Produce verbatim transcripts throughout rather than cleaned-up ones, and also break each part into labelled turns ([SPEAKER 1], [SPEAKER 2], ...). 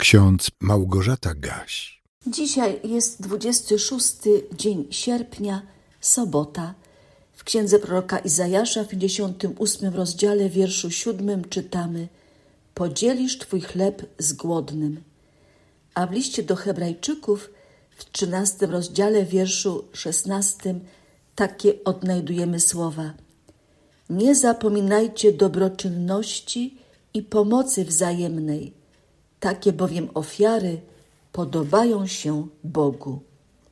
[SPEAKER 1] ksiądz Małgorzata Gaś.
[SPEAKER 2] Dzisiaj jest dwudziesty szósty dzień sierpnia, sobota. W księdze proroka Izajasza w pięćdziesiątym ósmym rozdziale, wierszu siódmym czytamy: Podzielisz Twój chleb z głodnym. A w liście do Hebrajczyków w trzynastym rozdziale, wierszu szesnastym takie odnajdujemy słowa: Nie zapominajcie dobroczynności i pomocy wzajemnej, takie bowiem ofiary podobają się Bogu.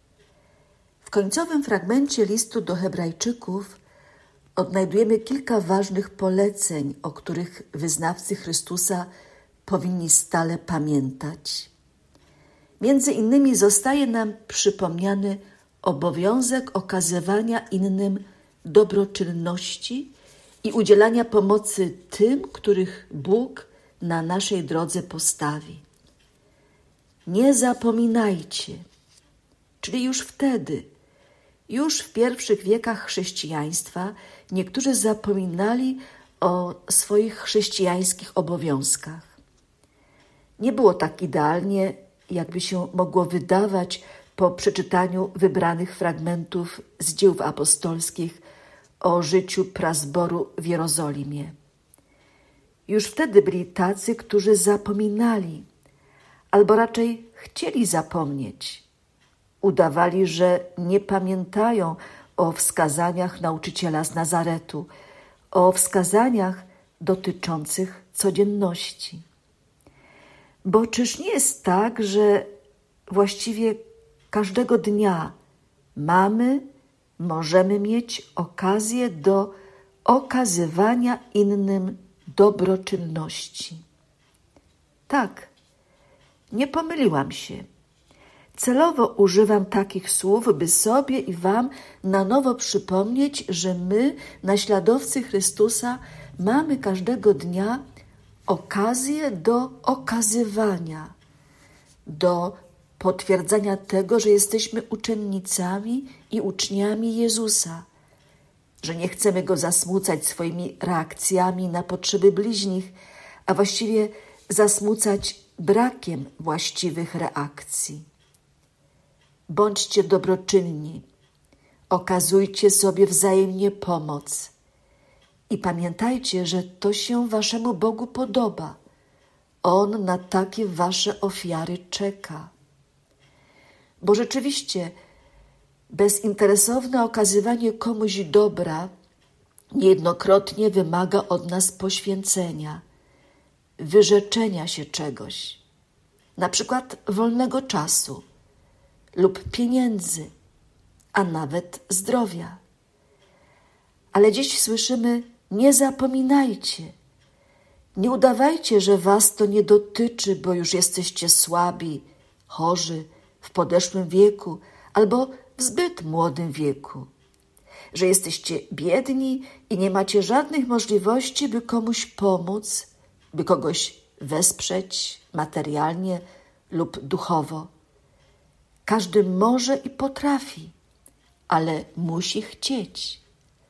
[SPEAKER 2] W końcowym fragmencie listu do Hebrajczyków odnajdujemy kilka ważnych poleceń, o których wyznawcy Chrystusa powinni stale pamiętać. Między innymi zostaje nam przypomniany obowiązek okazywania innym dobroczynności i udzielania pomocy tym, których Bóg na naszej drodze postawi. Nie zapominajcie, czyli już wtedy, już w pierwszych wiekach chrześcijaństwa niektórzy zapominali o swoich chrześcijańskich obowiązkach. Nie było tak idealnie, jakby się mogło wydawać po przeczytaniu wybranych fragmentów z dzieł apostolskich o życiu prazboru w Jerozolimie. Już wtedy byli tacy, którzy zapominali, albo raczej chcieli zapomnieć. Udawali, że nie pamiętają o wskazaniach nauczyciela z Nazaretu, o wskazaniach dotyczących codzienności. Bo czyż nie jest tak, że właściwie każdego dnia mamy, możemy mieć okazję do okazywania innym dobroczynności? Tak, nie pomyliłam się. Celowo używam takich słów, by sobie i wam na nowo przypomnieć, że my, naśladowcy Chrystusa, mamy każdego dnia okazję do okazywania, do potwierdzania tego, że jesteśmy uczennicami i uczniami Jezusa, że nie chcemy Go zasmucać swoimi reakcjami na potrzeby bliźnich, a właściwie zasmucać brakiem właściwych reakcji. Bądźcie dobroczynni, okazujcie sobie wzajemnie pomoc i pamiętajcie, że to się waszemu Bogu podoba. On na takie wasze ofiary czeka. Bo rzeczywiście bezinteresowne okazywanie komuś dobra niejednokrotnie wymaga od nas poświęcenia, wyrzeczenia się czegoś, na przykład wolnego czasu lub pieniędzy, a nawet zdrowia. Ale dziś słyszymy: nie zapominajcie, nie udawajcie, że was to nie dotyczy, bo już jesteście słabi, chorzy, w podeszłym wieku albo w zbyt młodym wieku, że jesteście biedni i nie macie żadnych możliwości, by komuś pomóc, by kogoś wesprzeć materialnie lub duchowo. Każdy może i potrafi, ale musi chcieć.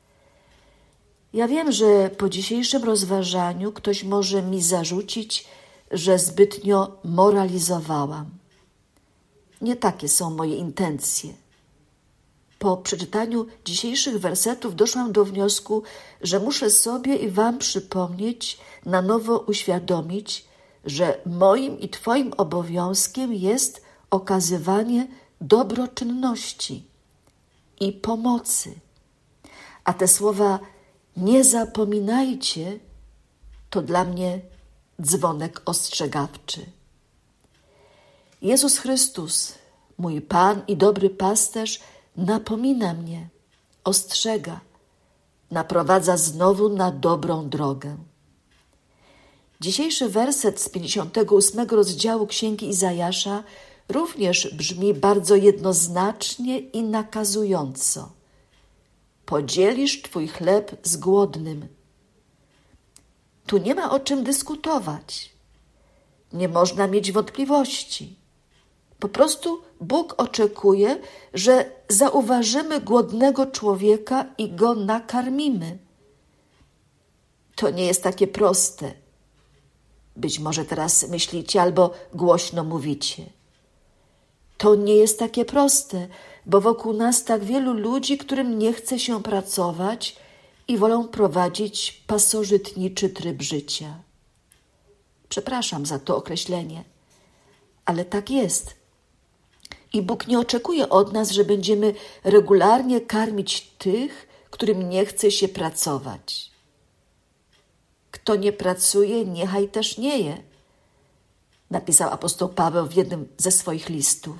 [SPEAKER 2] Ja wiem, że po dzisiejszym rozważaniu ktoś może mi zarzucić, że zbytnio moralizowałam. Nie takie są moje intencje. Po przeczytaniu dzisiejszych wersetów doszłam do wniosku, że muszę sobie i wam przypomnieć, na nowo uświadomić, że moim i twoim obowiązkiem jest okazywanie dobroczynności i pomocy. A te słowa nie zapominajcie to dla mnie dzwonek ostrzegawczy. Jezus Chrystus, mój Pan i dobry pasterz, napomina mnie, ostrzega, naprowadza znowu na dobrą drogę. Dzisiejszy werset z pięćdziesiątego ósmego rozdziału Księgi Izajasza również brzmi bardzo jednoznacznie i nakazująco. Podzielisz Twój chleb z głodnym. Tu nie ma o czym dyskutować. Nie można mieć wątpliwości. Po prostu Bóg oczekuje, że zauważymy głodnego człowieka i go nakarmimy. To nie jest takie proste. Być może teraz myślicie albo głośno mówicie. To nie jest takie proste, bo wokół nas tak wielu ludzi, którym nie chce się pracować i wolą prowadzić pasożytniczy tryb życia. Przepraszam za to określenie, ale tak jest. I Bóg nie oczekuje od nas, że będziemy regularnie karmić tych, którym nie chce się pracować. Kto nie pracuje, niechaj też nie je, napisał apostoł Paweł w jednym ze swoich listów.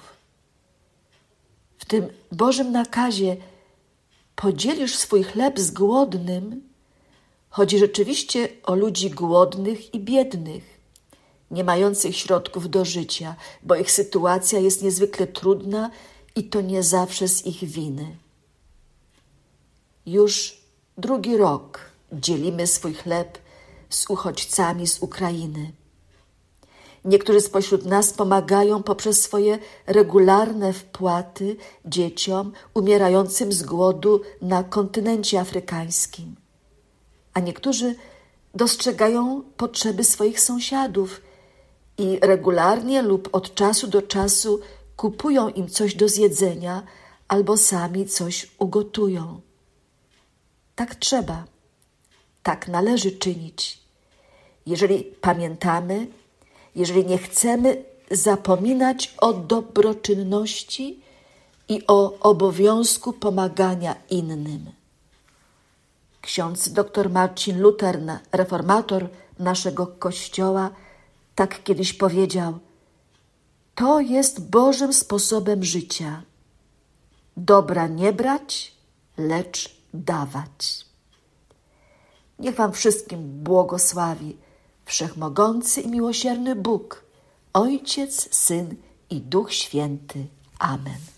[SPEAKER 2] W tym Bożym nakazie podzielisz swój chleb z głodnym, chodzi rzeczywiście o ludzi głodnych i biednych, nie mających środków do życia, bo ich sytuacja jest niezwykle trudna i to nie zawsze z ich winy. Już drugi rok dzielimy swój chleb z uchodźcami z Ukrainy. Niektórzy spośród nas pomagają poprzez swoje regularne wpłaty dzieciom umierającym z głodu na kontynencie afrykańskim, a niektórzy dostrzegają potrzeby swoich sąsiadów i regularnie lub od czasu do czasu kupują im coś do zjedzenia albo sami coś ugotują. Tak trzeba, tak należy czynić. Jeżeli pamiętamy, jeżeli nie chcemy zapominać o dobroczynności i o obowiązku pomagania innym. Ksiądz dr Marcin Luther, reformator naszego Kościoła, tak kiedyś powiedział: to jest Bożym sposobem życia. Dobra nie brać, lecz dawać. Niech wam wszystkim błogosławi Wszechmogący i miłosierny Bóg, Ojciec, Syn i Duch Święty. Amen.